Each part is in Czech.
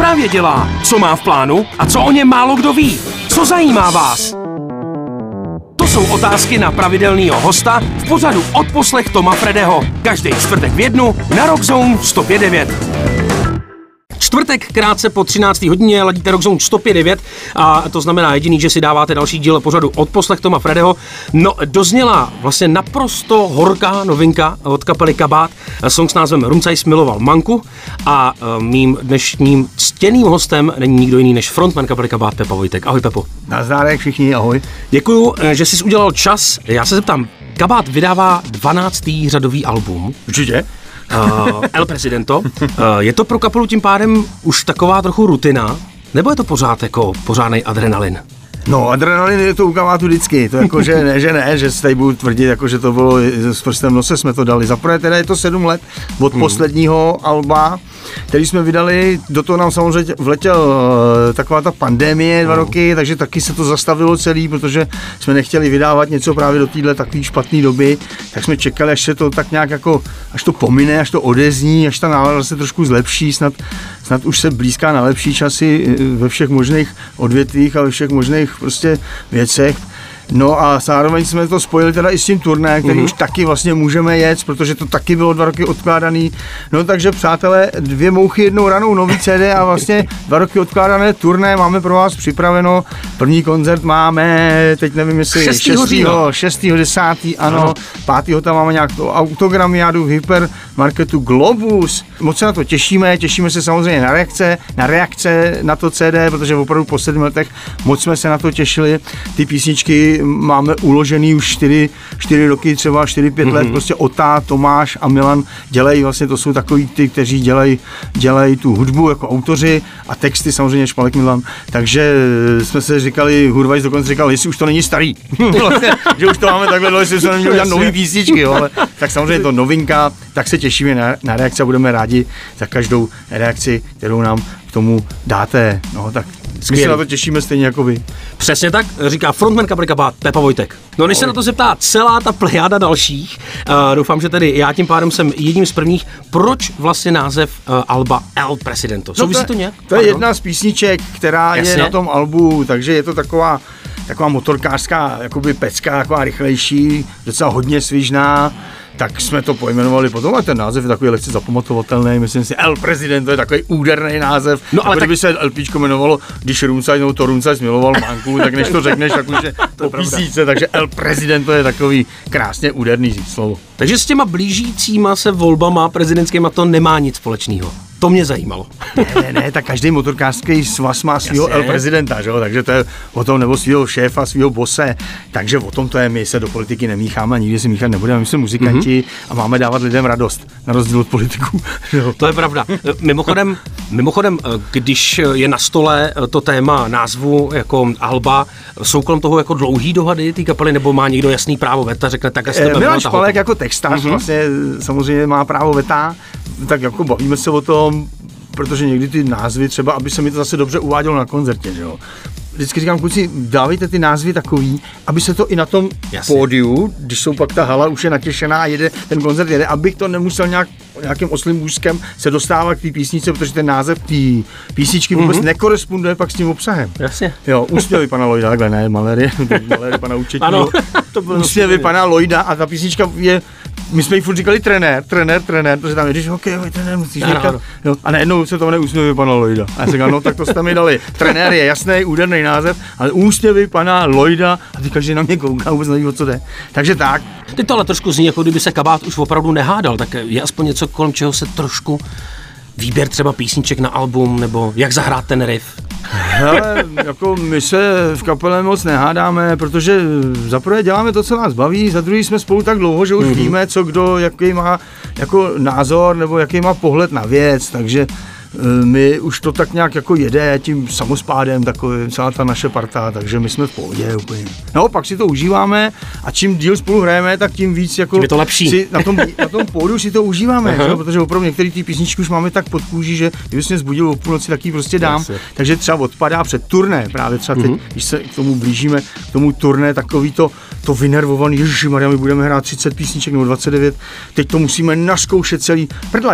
právě dělá, co má v plánu a co o něm málo kdo ví. Co zajímá vás? To jsou otázky na pravidelného hosta v pořadu Odposlech Toma Fredeho. Každý čtvrtek v 1 na Rock Zone 105.9. Čtvrtek krátce po 13. hodině ladíte Rock Zone 105.9 a to znamená jediný, že si dáváte další díl pořadu Odposlech Toma Fredeho. No, dozněla vlastně naprosto horká novinka od kapely Kabát. Song s názvem Rumcajs miloval Manku a mým dnešním ctěným hostem není nikdo jiný než frontman kapely Kabát Pepa Vojtek. Ahoj, Pepo. Nazdárek všichni, ahoj. Děkuju, že jsi udělal čas. Já se zeptám, Kabát vydává 12. řadový album. Určitě. El Presidento. Je to pro kapelu tím pádem už taková trochu rutina, nebo je to pořád jako pořádnej adrenalin? No, adrenalin je to u Kabátu vždycky, to jako, že ne, že se tady budu tvrdit, jako, že to bylo s prstem v nose jsme to dali. Zaprvé teda je to 7 let od posledního alba, který jsme vydali, do toho nám samozřejmě vletěl taková ta pandemie 2 roky, takže taky se to zastavilo celý, protože jsme nechtěli vydávat něco právě do téhle takové špatné doby, tak jsme čekali, až se to tak nějak jako, až to pomine, až to odezní, až ta nálada se trošku zlepší, snad už se blízká na lepší časy ve všech možných odvětvích a ve všech možných prostě věcech. No a zároveň jsme to spojili teda i s tím turné, který už taky vlastně můžeme jet, protože to taky bylo 2 roky odkládaný. No takže přátelé, 2 mouchy jednou ranou, nový CD a vlastně 2 roky odkládané turné máme pro vás připraveno. První koncert máme, teď nevím jestli 6.10. ano, 5. tam máme nějak to autogramiádu v hypermarketu Globus. Moc se na to těšíme se samozřejmě na reakce na to CD, protože opravdu po 7 letech moc jsme se na to těšili. Ty písničky máme uložený už 4 roky, třeba 4-5 let, prostě Ota, Tomáš a Milan dělají, vlastně to jsou takový ty, kteří dělají tu hudbu jako autoři a texty samozřejmě Špalek Milan, takže jsme se říkali, Hurvajs dokonce říkal, jestli už to není starý, vlastně, že už to máme takhle, jestli jsme neměli dělat nový písničky, jo, ale tak samozřejmě to novinka, tak se těšíme na reakci a budeme rádi za každou reakci, kterou nám k tomu dáte, no tak my se na to těšíme stejně jako vy. Přesně tak, říká frontman kapely Kabát Pepa Vojtek. No než se na to zeptá celá ta plejáda dalších, doufám, že tedy já tím pádem jsem jedním z prvních, proč vlastně název alba El Presidento? Souvisí to nějak? To je jedna z písniček, která je na tom albu, takže je to taková motorkářská jakoby pecka, taková rychlejší, docela hodně svižná. Tak jsme to pojmenovali potom, a ten název je takový lehce zapamatovatelný, myslím si, El Presidento je takový úderný název, no, ale kdyby se LPčko jmenovalo, když Rumcajs miloval Manku, tak než to řekneš, tak už je po písničce, takže El Presidento je takový krásně úderný slovo. Takže s těma blížícíma se volbama prezidentskýma to nemá nic společného. To mě zajímalo. Ne, tak každý motorkářský svaz má svého El Prezidenta, že jo? Takže to je o tom, nebo svého šéfa, svého bose, takže o tom to je, my se do politiky nemícháme, nikdy se míchat nebudeme, my jsme muzikanti a máme dávat lidem radost, na rozdíl od politiků. To je pravda. Mimochodem, když je na stole to téma názvu jako alba, jsou kolem toho jako dlouhý dohady té kapely, nebo má někdo jasný právo veta, řekne tak, Milan Špalek jako textař vlastně samozřejmě má právo veta, tak jako bavíme se o tom, protože někdy ty názvy třeba, aby se mi to zase dobře uvádělo na koncertě, že jo. Vždycky říkám, kluci, dávejte ty názvy takový, aby se to i na tom pódiu, když jsou pak ta hala už je natěšená a ten koncert jede, abych to nemusel nějakým oslým úzkem se dostávat k té písničce, protože ten název té písničky vůbec nekoresponduje pak s tím obsahem. Jasně. Jo, úsměvy pana Lloyda, takhle ne, malérie pana účetního. Úsměvy pana Lloyda a ta písnička je, my jsme jí furt říkali trenér, protože tam je, když hokejový trenér musíš říkat, jo, a najednou se to jmenuje úsměvy pana Lloyda. A já jsem říkal, no tak to jste mi dali, trenér je jasný, úderný název, ale úsměvy pana Lloyda a ty každý na mě kouká, vůbec neví, o co jde. Takže tak. Teď to ale trošku zní, jako kdyby se Kabát už opravdu nehádal, tak je aspoň něco, kolem čeho se trošku výběr třeba písniček na album, nebo jak zahrát ten riff? Hele, jako my se v kapele moc nehádáme, protože za prvé děláme to, co nás baví, za druhý jsme spolu tak dlouho, že už víme, co kdo, jaký má jako názor, nebo jaký má pohled na věc, takže my už to tak nějak jako jede tím samospádem, takový, celá ta naše parta, takže my jsme v pohodě úplně. No, pak si to užíváme a čím díl spolu hrajeme, tak tím víc jako je to lepší. Si na tom pódu si to užíváme, že? Protože opravdu některé ty písničky už máme tak pod kůží, že kdyby se mě zbudil o půlnoci, tak ji prostě dám. Takže třeba odpadá před turné, právě třeba teď, když se k tomu blížíme, k tomu turné, takový to vynervovaný, ježišmarja, my budeme hrát 30 písniček nebo 29, teď to musíme nazkoušet celý. Prdlajs.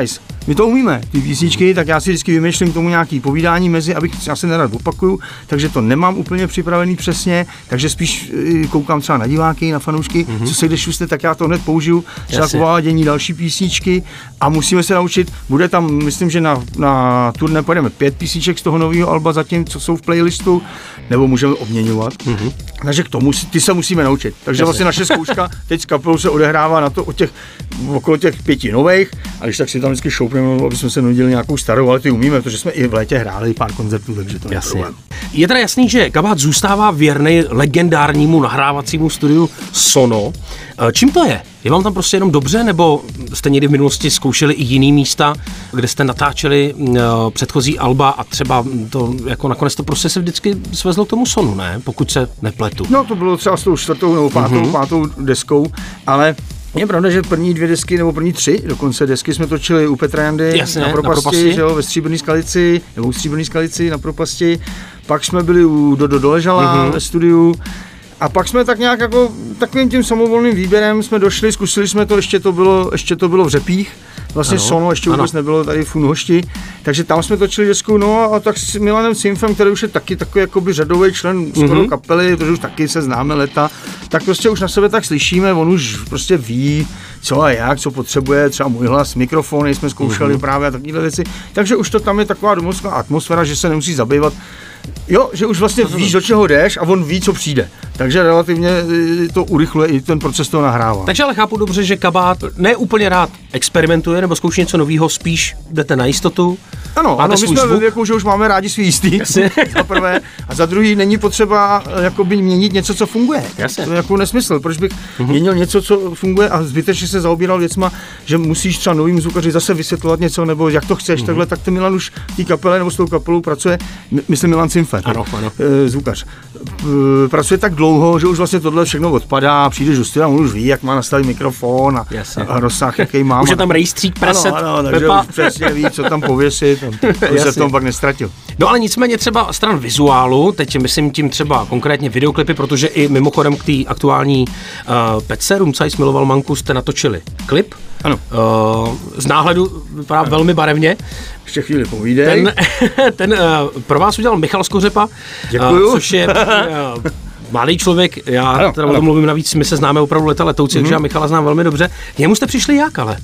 my to umíme, ty písničky, tak já si vždycky vymýšlím tomu nějaký povídání mezi, já se nerad opakuju, takže to nemám úplně připravený přesně, takže spíš koukám třeba na diváky, na fanoušky, co se kde šuste, tak já to hned použiju, třeba k uvádění další písničky a musíme se naučit, bude tam, myslím, že na turné pojedeme 5 písniček z toho nového alba zatím, co jsou v playlistu, nebo můžeme obměňovat. Takže k tomu ty se musíme naučit. Takže vlastně naše zkouška teď s kapelou se odehrává na to okolo těch 5 nových, a když tak si tam vždycky šoupneme, aby jsme se nudili nějakou starou, ale ty umíme, protože jsme i v létě hráli pár koncertů, takže to je problém. Je teda jasný, že Kabát zůstává věrný legendárnímu nahrávacímu studiu Sono. Čím to je? Je vám tam prostě jenom dobře, nebo jste někdy v minulosti zkoušeli i jiný místa, kde jste natáčeli předchozí alba a třeba to jako nakonec to prostě se vždycky svezlo k tomu Sonu, ne? Pokud se nepletu. No to bylo třeba s tou 4. nebo 5. deskou, ale je pravda, že první 2 desky, nebo první 3 dokonce desky jsme točili u Petra Jandy. Jasně, na propasti. Že jo, ve Stříbrný Skalici, nebo u Stříbrný Skalici na propasti. Pak jsme byli u Dodo Ležala ve studiu. A pak jsme tak nějak jako takovým tím samovolným výběrem jsme došli, zkusili jsme to, ještě to bylo v Řepích. Vlastně Sono ještě vůbec nebylo tady v Funhošti, takže tam jsme točili desku, no a tak s Milanem Cimfem, který už je taky takový jakoby řadový člen skoro kapely, protože už taky se známe leta, tak prostě už na sebe tak slyšíme, on už prostě ví, co a jak, co potřebuje, třeba můj hlas, mikrofony jsme zkoušeli právě a takovéhle věci, takže už to tam je taková domovská atmosféra, že se nemusí zabývat. Jo, že už vlastně víš, do čeho jdeš a on ví, co přijde. Takže relativně to urychluje i ten proces toho nahrávání. Takže ale chápu dobře, že Kabát ne úplně rád experimentuje nebo zkouší něco nového, spíš jdete na jistotu. Ano, my jsme ve věku, že už máme rádi svý jistý, za prvé, a za druhý není potřeba jakoby měnit něco, co funguje. Jasně. To je jako nesmysl, proč bych měnil něco, co funguje a zbytečně se zaobíral věcma, že musíš třeba novým zvukaři zase vysvětlovat něco, nebo jak to chceš, takhle, tak ten Milan už v té kapele nebo s tou kapelou pracuje, myslím Milan Cimfer, zvukař. Pracuje tak dlouho, že už vlastně tohle všechno odpadá, přijdeš do studia, on už ví, jak má nastavit mikrofon a rozsah, jaký má. Už je tam rejstřík, preset, takže už přesně ví, co tam pověsit, už se v tom pak nestratil. No ale nicméně třeba stran vizuálu, teď myslím tím třeba konkrétně videoklipy, protože i mimochodem k té aktuální pece Rumcaj miloval Manku jste natočili klip. Ano. Z náhledu vypadá velmi barevně. Ještě chvíli povídej. Ten pro vás udělal Michal Skořepa, což je mladý člověk, já teda o tom mluvím navíc, my se známe opravdu leta letoucí, takže já Michala znám velmi dobře. K němu jste přišli jak ale?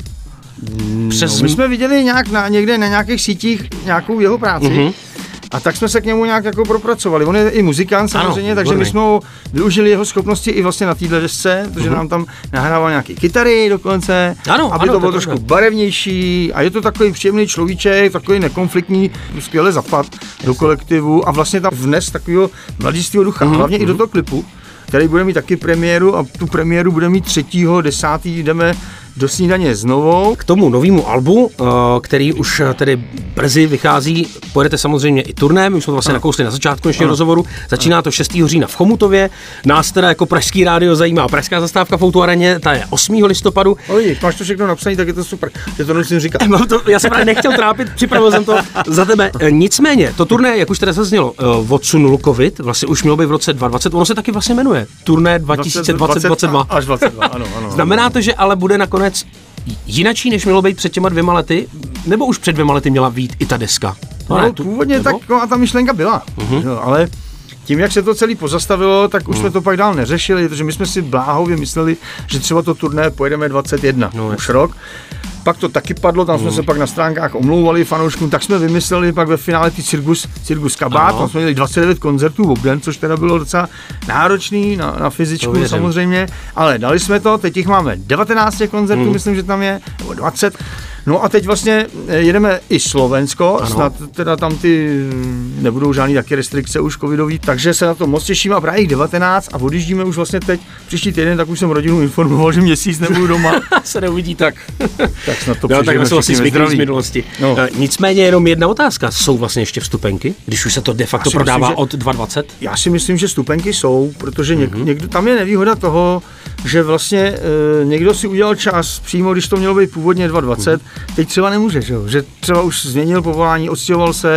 My jsme viděli někde na nějakých sítích nějakou jeho práci. A tak jsme se k němu nějak jako propracovali. On je i muzikant samozřejmě, takže my jsme využili jeho schopnosti i vlastně na téhle desce, protože nám tam nahrával nějaké kytary dokonce, aby to bylo trošku barevnější a je to takový příjemný človíček, takový nekonfliktní, skvěle zapad do kolektivu a vlastně tam vnes takového mladistého ducha, hlavně i do toho klipu, který bude mít taky premiéru a tu premiéru bude mít 3.10. jdeme do Snídaně s Novou. K tomu novému albu, který už tedy brzy vychází, pojedete samozřejmě i turné, my jsme to vlastně nakousli na začátku dnešního rozhovoru, začíná to 6. října v Chomutově, nás teda jako pražský rádio zajímá pražská zastávka v O2 areně, ta je 8. listopadu. Máš to všechno napsané, tak je to super, že to musím říkat. Já jsem právě nechtěl trápit, připravil jsem to za tebe. Nicméně, to turné, jak už teda zaznělo, odsunul covid, vlastně už mělo být v roce 2020, ono se taky vlastně jmenuje turné 2020-2022. Až 22, ano. Znamená to, že ale bude nakonec jinačí, než mělo být před těma 2 lety, nebo už před 2 lety měla být i ta deska? Původně tak, a ta myšlenka byla, ale tím, jak se to celé pozastavilo, tak už jsme to pak dál neřešili, protože my jsme si bláhově mysleli, že třeba to turné pojedeme 21, už rok. Pak to taky padlo, tam jsme se pak na stránkách omlouvali fanouškům, tak jsme vymysleli pak ve finále ty Cirkus Kabát, tam jsme měli 29 koncertů v obden, což teda bylo docela náročný na fyzičku samozřejmě, ale dali jsme to, teď jich máme 19 koncertů, myslím, že tam je, nebo 20. No a teď vlastně jedeme i Slovensko, snad teda tam nebudou žádný taky restrikce už covidový, takže se na to moc těšíme a právě jich 19 a odjíždíme už vlastně teď příští týden, tak už jsem rodinu informoval, že měsíc nebudu doma. Se neuvidí tak snad to přežijeme. Tak jsme asi zvyklí z minulosti. No. Nicméně jenom jedna otázka, jsou vlastně ještě vstupenky, když už se to de facto prodává myslím, od 2020? Já si myslím, že vstupenky jsou, protože někdo, tam je nevýhoda toho, že vlastně někdo si udělal čas přímo, když to mělo být původně 2020, teď třeba nemůže, že třeba už změnil povolání, odstěhoval se,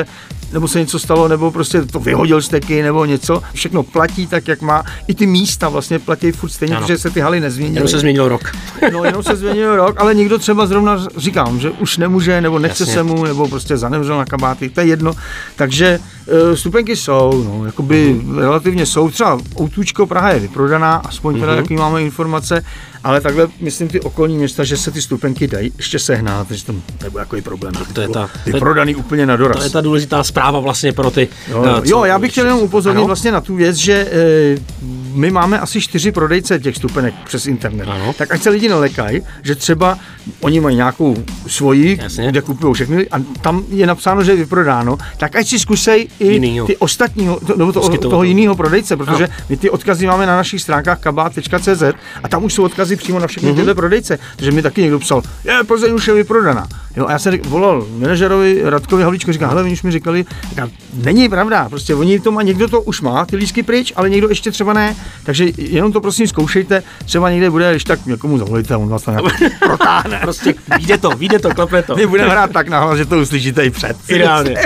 nebo se něco stalo, nebo prostě to vyhodil steky, nebo něco, všechno platí tak, jak má. I ty místa vlastně platí furt stejně, protože se ty haly nezměnily. Jenom se změnil rok. No, jenom se změnil rok, ale někdo třeba zrovna říkám, že už nemůže, nebo nechce se mu, nebo prostě zanemřel na kabáty, to je jedno. Takže stupenky jsou, no, jakoby relativně jsou. Třeba Outůčko Praha je vyprodaná, aspoň teda jaký máme informace, ale takhle myslím ty okolní města, že se ty stupenky dají ještě sehnat, takže tam nebude takový problém. To je vyprodaný úplně na doraz. To je ta důležitá zpráva vlastně pro ty. Jo, já bych chtěl jenom upozornit vlastně na tu věc, že my máme asi 4 prodejce těch stupenek přes internet. Ano. Tak ať se lidi nelekají, že třeba oni mají nějakou svoji, kde kupují všechny a tam je napsáno, že je vyprodáno, tak ať si zkusej i ty ostatního, nebo toho jiného prodejce, protože my ty odkazy máme na našich stránkách kabát.cz a tam už jsou odkazy přímo na všechny tyhle prodejce, takže mi taky někdo psal, Plzeň už je vyprodaná. Jo, a já jsem volal manažerovi Radkovi Havlíčkovi, říkám, hele, oni už mi říkali, není pravda, prostě oni to má, někdo to už má, ty lístky pryč, ale někdo ještě třeba ne, takže jenom to prosím zkoušejte, třeba někde bude, když tak někomu zavolíte, on vás to nějak protáhne. Prostě vyjde to, klepe to. My budeme hrát tak nahlas, že to uslyšíte i před. Ideálně.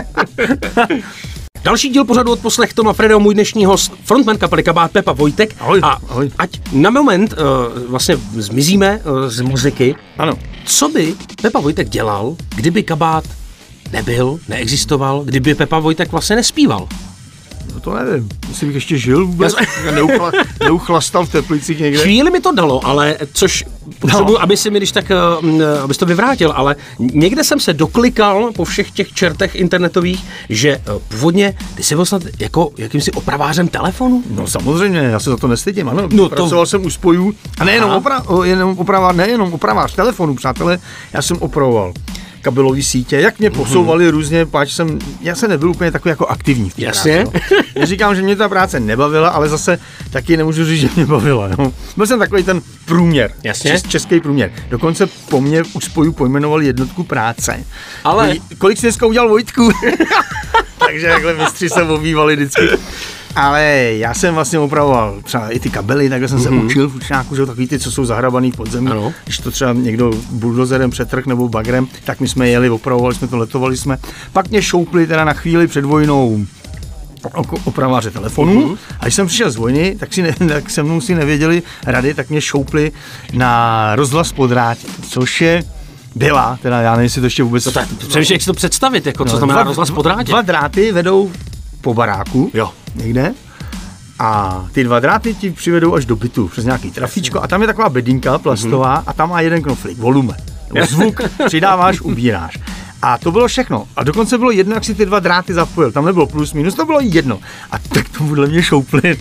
Další díl pořadu Odposlech Toma Fredo, můj dnešní host, frontman kapely Kabát Pepa Vojtek. Ahoj. Ať na moment vlastně zmizíme z muziky. Ano. Co by Pepa Vojtek dělal, kdyby Kabát nebyl, neexistoval, kdyby Pepa Vojtek vlastně nespíval? No to nevím, jestli bych ještě žil vůbec, neuchlastal v Teplicích někde. Chvíli mi to dalo, ale což potřebuji, aby si mi když tak, abys to vyvrátil, ale někde jsem se doklikal po všech těch čertech internetových, že původně ty jsi byl snad jako jakýmsi opravářem telefonu? No samozřejmě, já se za to nestydím, ano. No, pracoval jsem u spojů a nejenom opravář telefonu, přátelé, já jsem opravoval kabelové sítě, jak mě posouvali různě, páč já jsem nebyl úplně takový jako aktivní v té práci. Já říkám, že mě ta práce nebavila, ale zase taky nemůžu říct, že mě bavila. No. Byl jsem takový ten průměr, český průměr. Dokonce po mně u spojů pojmenovali jednotku práce. Ale kolik jsi dneska udělal, Vojtku? Takže takhle mistři se obývali vždycky. Ale já jsem vlastně opravoval třeba i ty kabely, takhle jsem se učil v učňáku, že takový ty, co jsou zahrabaný v podzemí. Ano. Když to třeba někdo buldozerem přetrh nebo bagrem, tak my jsme jeli, opravovali jsme to, letovali jsme. Pak mě šoupli teda na chvíli před vojnou opraváře telefonu. A když jsem přišel z vojny, tak se mnou si nevěděli rady, tak mě šoupli na rozhlas po drátě, což je byla, teda já nevím, jestli to ještě vůbec... Přemýšlím, jak si to představit, jako co znamená rozhlas po drátě. 2 dráty vedou po baráku, někde, a ty 2 dráty ti přivedou až do bytu přes nějaký trafíčko a tam je taková bedinka plastová a tam má jeden knoflík, volume. Zvuk přidáváš, ubíráš. A to bylo všechno. A dokonce bylo jedno, jak si ty 2 dráty zapojil. Tam nebylo plus, minus, to bylo jedno. A tak to podle mě šoupli.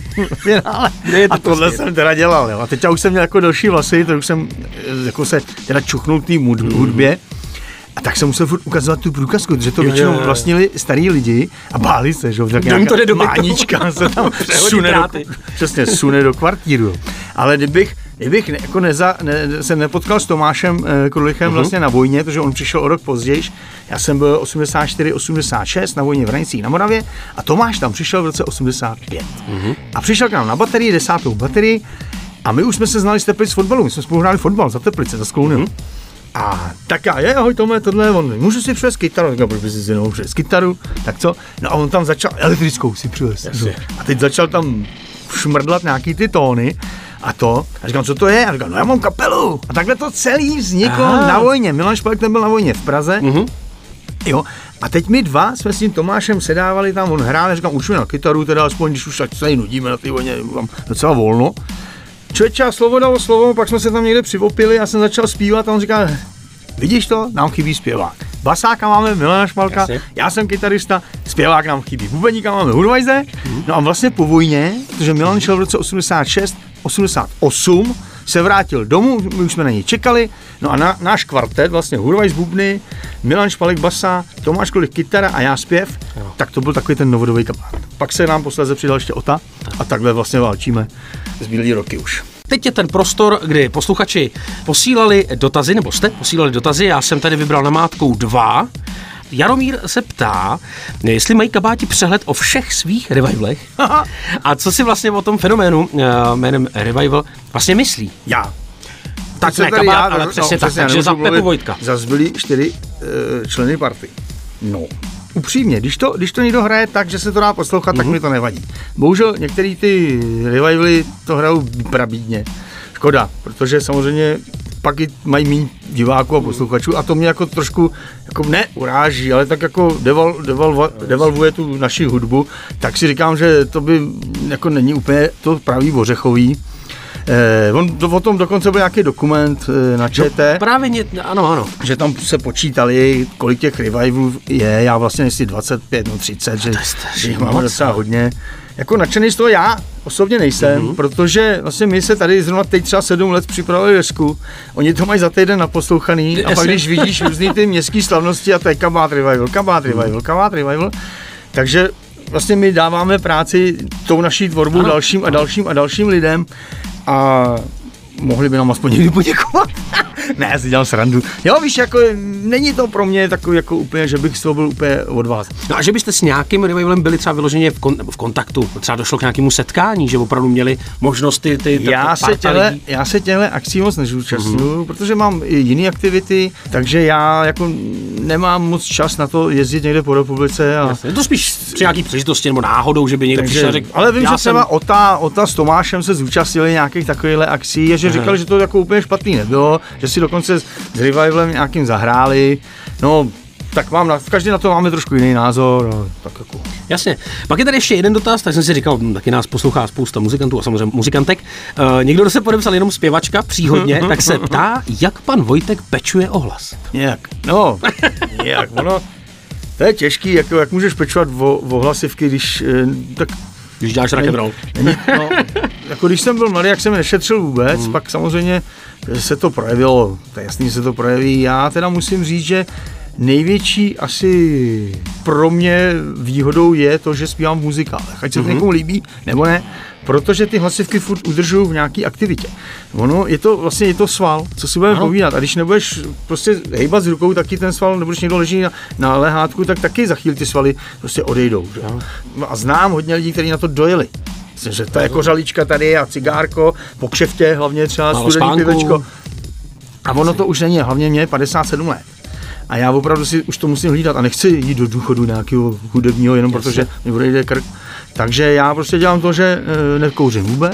A tohle jsem teda dělal. Jo. A teď já už jsem měl jako další vlasy, tak už jsem jako se teda čuchnul té hudbě. A tak jsem musel furt ukazovat tu průkazku, protože to většinou vlastnili starý lidi a báli se, že tak nějaká mánička se tam sune do kvartíru. Ale kdybych jako se nepotkal s Tomášem Krulichem vlastně na vojně, protože on přišel o rok později, já jsem byl 84, 86 na vojně v Hranicích na Moravě a Tomáš tam přišel v roce 85. A přišel k nám na baterii, 10. baterii a my už jsme se znali z Teplic fotbalu, my jsme spolu hráli fotbal za Teplice, za Sklounem. A tak já, ahoj Tome, tohle, on, můžu si přivést kytaru, říkám, proč bys si jenom přivést kytaru, tak co? No a on tam začal, elektrickou si přivést. A teď začal tam šmrdlat nějaký ty tóny a říkám, co to je? A říkám, no já mám kapelu. A takhle to celý vzniklo na vojně. Milan Špalek ten byl na vojně v Praze. Jo. A teď my 2 jsme s tím Tomášem sedávali tam, on hrál, říkám, učme na kytaru, teda aspoň, když už tak se nudíme na té vojně, mám docela volno. Člověče, a slovo dalo slovo, pak jsme se tam někde přivopili, já jsem začal zpívat a on říká, vidíš to, nám chybí zpěvák. Basáka máme Milana Špalka, já jsem kytarista, zpěvák nám chybí. Bubeníka máme Hurvajze, no a vlastně po vojně, protože Milan šel v roce 86, 88, se vrátil domů, my už jsme na něj čekali, no a náš kvartet, vlastně Hurvajz bubny, Milan Špalek basa, Tomáš Krulich kytara a já zpěv, tak to byl takový ten novodobý kabát. Pak se nám posléze přidal ještě Ota a takhle vlastně válčíme zbylý roky už. Teď je ten prostor, kdy posluchači posílali dotazy, nebo jste posílali dotazy, já jsem tady vybral namátkou 2. Jaromír se ptá, jestli mají kabáti přehled o všech svých revivalech a co si vlastně o tom fenoménu jménem revival vlastně myslí. Já. Tak ne kabát, ale přesně tak, takže za Pepu Vojtka. Zas byli 4 členy party. No, upřímně, když to někdo hraje tak, že se to dá poslouchat, tak mi to nevadí. Bohužel některý ty revivaly to hrajou prabídně. Škoda, protože samozřejmě pak i mají méně diváků a posluchačů a to mě jako trošku jako neuráží, ale tak jako devalvuje tu naši hudbu, tak si říkám, že to by jako není úplně to pravý ořechový. O tom dokonce byl nějaký dokument na ČT. No, právě ano. Že tam se počítali, kolik těch revivalů je, já vlastně jestli 25, 30, že jich máme docela hodně. Jako nadšený z toho já osobně nejsem, protože vlastně my se tady zrovna teď třeba 7 let připravili Resku, oni to mají za týden naposlouchaný a pak když vidíš různý ty městský slavnosti a to je Kabát Revival, takže vlastně my dáváme práci tou naší tvorbou dalším lidem a mohli by nám aspoň někdy poděkovat. Ne, já si dělám srandu. Jo, víš, jako není to pro mě takový jako úplně, že bych z toho byl úplně od vás. No a že byste s nějakým revivalem byli třeba vyloženě v kontaktu, třeba došlo k nějakému setkání, že opravdu měli možnosti Já se těchto akcí moc nezúčastňuju, protože mám i jiné aktivity, takže já jako nemám moc čas na to jezdit někde po republice. Je to spíš při nějaký příležitosti nebo náhodou, že by někdo přišel a řekl. Ale vím, že třeba Ota s Tomášem se zúčastnili nějakých takovýchhle akcí a že říkali, že to jako úplně špatný nebylo, že si dokonce s revivalem nějakým zahráli. No, tak každý na to máme trošku jiný názor. No, tak jako. Jasně. Pak je tady ještě jeden dotaz, tak jsem si říkal, taky nás poslouchá spousta muzikantů a samozřejmě muzikantek. Někdo, kdo se podepsal jenom zpěvačka příhodně, tak se ptá, jak pan Vojtek pečuje o hlas. Nějak. Ono, to je těžký, jak můžeš pečovat o hlasivky, když děláš rock'n'roll. No, jako když jsem byl mladý, jak jsem nešetřil vůbec, pak samozřejmě se to projevilo, to je jasný, že se to projeví. Já teda musím říct, že největší asi pro mě výhodou je to, že zpívám v muzikálech. Ať se to někomu líbí, nebo ne, protože ty hlasivky furt udržují v nějaký aktivitě. Ono je to sval, co si budeme povídat. A když nebudeš prostě hejbat s rukou, taky ten sval, nebo když někdo leží na lehátku, tak taky za chvíli ty svaly prostě odejdou. A znám hodně lidí, kteří na to dojeli. Myslím, že to je kořalička tady a cigárko, po kšeftě hlavně třeba studený pivečko. A ono to už není, hlavně mě je 57 let. A já opravdu si už to musím hlídat a nechci jít do důchodu nějakého hudebního, jenom protože mi odejde krk. Takže já prostě dělám to, že nekouřím vůbec.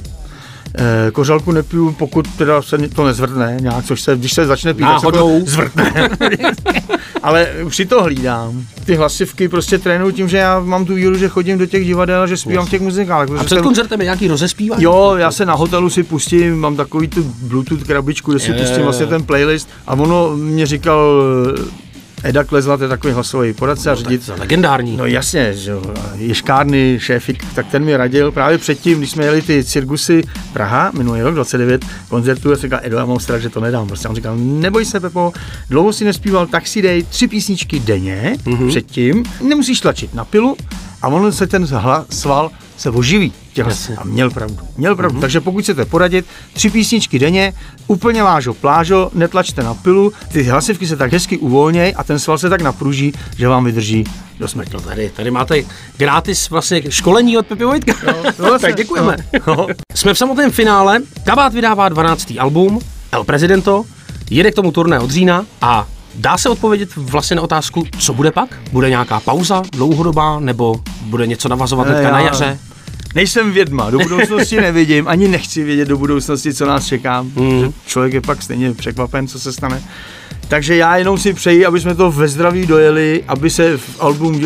Kořalku nepiju, pokud teda se to nezvrtne nějak, což se, když se začne pít, tak se to zvrtne. Ale už si to hlídám. Ty hlasivky prostě trénuju tím, že já mám tu výhodu, že chodím do těch divadel a že zpívám v těch muzikálech. A před koncertem je nějaký rozespívání? Jo, já se na hotelu si pustím, mám takový tu Bluetooth krabičku, kde si pustím vlastně ten playlist a ono mě říkal Eda Klezla, to je takový hlasový poradce a ředitel. Legendární. No jasně, že jo. Ješkárny, šéfik, tak ten mi radil právě předtím, když jsme jeli ty cirkusy Praha, minulý rok, 29 koncertů, a říkal, Edo, já mám strach, že to nedám. Prostě on říkal, neboj se, Pepo, dlouho si nespíval, tak si dej 3 písničky denně předtím, nemusíš tlačit na pilu a on se ten sval se oživí. A měl pravdu. Takže pokud chcete poradit, 3 písničky denně, úplně lážo plážo, netlačte na pilu, ty hlasivky se tak hezky uvolněj a ten sval se tak napruží, že vám vydrží do smrti. No tady máte gratis vlastně školení od Pepy Vojtka. No, tak děkujeme. No. Jsme v samotném finále, Kabát vydává 12. album, El Presidento, jede k tomu turné od října a dá se odpovědět vlastně na otázku, co bude pak? Bude nějaká pauza dlouhodobá, nebo bude něco navazovat hnedka na jaře? Nejsem vědma, do budoucnosti nevidím, ani nechci vědět do budoucnosti, co nás čeká. Člověk je pak stejně překvapen, co se stane. Takže já jenom si přeji, aby jsme to ve zdraví dojeli, aby se v album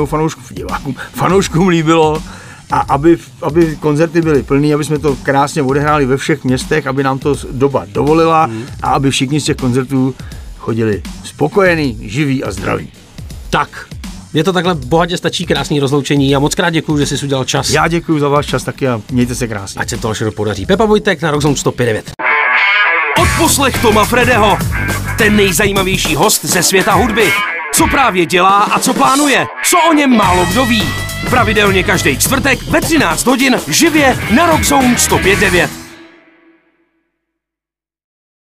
fanouškům líbilo a aby koncerty byly plný, aby jsme to krásně odehráli ve všech městech, aby nám to doba dovolila a aby všichni z těch koncertů chodili spokojení, živí a zdraví. Tak. Mně to takhle bohatě stačí, krásný rozloučení a moc krát děkuju, že jsi udělal čas. Já děkuju za váš čas taky a mějte se krásně. Ať se to všechno podaří. Pepa Vojtek na Rockzone 105.9. Odposlech Toma Fredeho, ten nejzajímavější host ze světa hudby. Co právě dělá a co plánuje, co o něm málo kdo ví. Pravidelně každý čtvrtek ve 13 hodin živě na Rockzone 105.9.